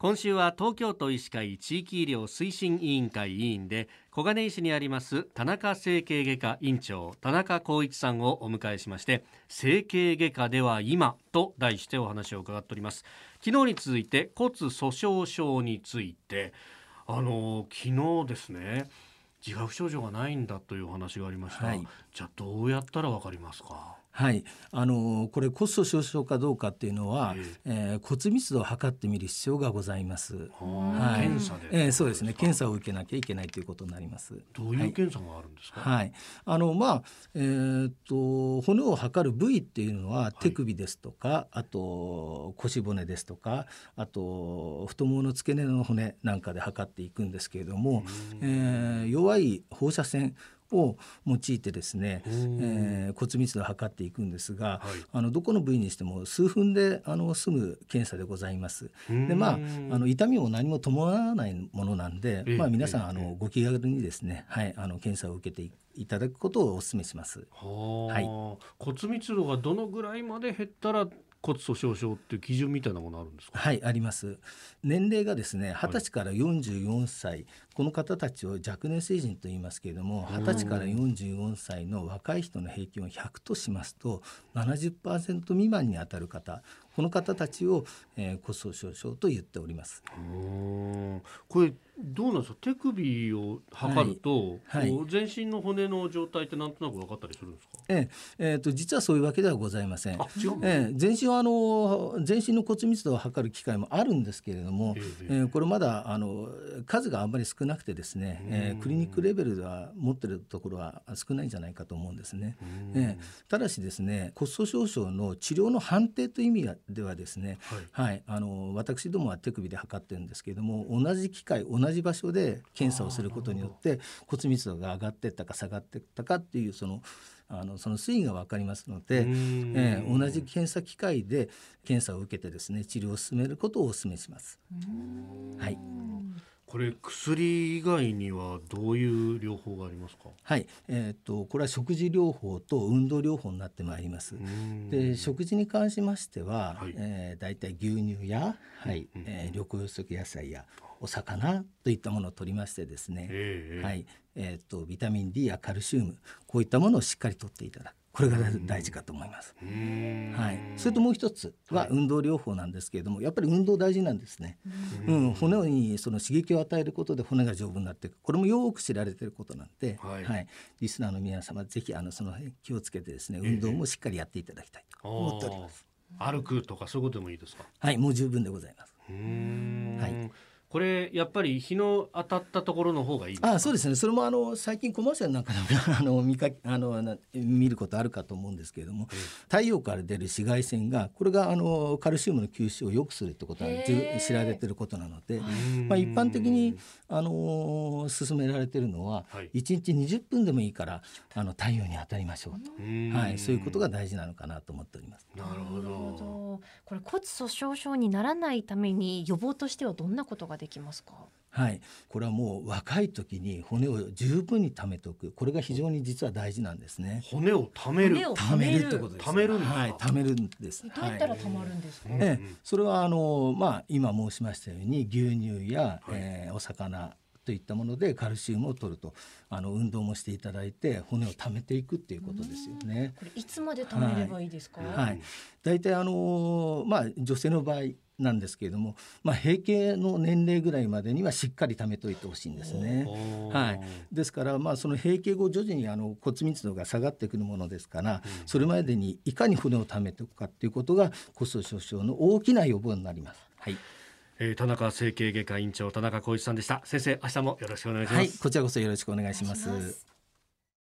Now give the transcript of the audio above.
今週は東京都医師会地域医療推進委員会委員で小金井市にあります田中整形外科院長田中浩一さんをお迎えしまして、整形外科では今と題してお話を伺っております。昨日に続いて骨粗鬆症について昨日ですね、自覚症状がないんだというお話がありました、じゃあどうやったらわかりますか？ はい、これ骨粗鬆症かどうかっていうのは、骨密度を測ってみる必要がございます。 検査で、 そうですね、検査を受けなきゃいけないということになります。 どういう検査があるんですか？ 骨を測る部位っていうのは手首ですとか、あと腰骨ですとか、あと太ももの付け根の骨なんかで測っていくんですけれども、弱い放射線を用いてですね、骨密度を測っていくんですが、どこの部位にしても数分で済む検査でございます。で、痛みも何も伴わないものなんで、皆さんご気軽にですね、検査を受けていただくことをお勧めします。 骨密度がどのぐらいまで減ったら骨粗鬆症っていう基準みたいなものあるんですか？ はい、あります。年齢がですね、20歳から44歳、この方たちを若年成人と言いますけれども、20歳から44歳の若い人の平均を100としますと 70% 未満に当たる方、この方たちを、骨粗鬆症と言っております。 これどうなんですか？手首を測ると、全身の骨の状態ってなんとなく分かったりするんですか？ 実はそういうわけではございません。全身の骨密度を測る機会もあるんですけれども、これまだ数があんまり少なくてですね、クリニックレベルでは持っているところは少ないんじゃないかと思うんですね。ただしですね、骨粗鬆症の治療の判定という意味ではですね、私どもは手首で測ってるんですけれども、同じ機械同じ場所で検査をすることによって骨密度が上がっていったか下がっていったかっていうその推移が分かりますので、同じ検査機械で検査を受けてですね、治療を進めることをお勧めします。 これ薬以外にはどういう療法がありますか？ これは食事療法と運動療法になってまいります。で、食事に関しましては、だいたい牛乳や、緑黄色野菜やお魚といったものを取りましてですね、ビタミン D やカルシウム、こういったものをしっかりとっていただく、これが大事かと思います。それともう一つは運動療法なんですけれども、やっぱり運動大事なんですね。骨にその刺激を与えることで骨が丈夫になっていく、これもよく知られていることなんで、リスナーの皆様ぜひその辺気をつけてですね、運動もしっかりやっていただきたいと思っております。 歩くとかそういうことでもいいですか？ もう十分でございます。 これやっぱり日の当たったところの方がいいですか？ そうですね。それも最近コマーシャルなんかで見ることあるかと思うんですけれども、太陽から出る紫外線がこれがカルシウムの吸収を良くするってことは知られていることなので、一般的に勧められているのは、1日20分でもいいから太陽に当たりましょうと、そういうことが大事なのかなと思っております。 なるほど。これ骨粗鬆症にならないために予防としてはどんなことができますか？ これはもう若い時に骨を十分に貯めておく、これが非常に実は大事なんですね。 骨を貯めるってことです。 貯めるんですか？ 貯めるんです。 どうやったら貯まるんですか？ それは今申しましたように牛乳や、お魚といったものでカルシウムを取ると、運動もしていただいて骨を貯めていくっていうことですよね。 これいつまで貯めればいいですか？ だいたい女性の場合なんですけれども、閉経の年齢ぐらいまでにはしっかり貯めといてほしいんですね。ですからその閉経後徐々に骨密度が下がってくるものですから、それまでにいかに骨を貯めておくかということが骨粗鬆症の大きな予防になります。 田中整形外科院長田中浩一さんでした。先生、明日もよろしくお願いします。 こちらこそよろしくお願いします。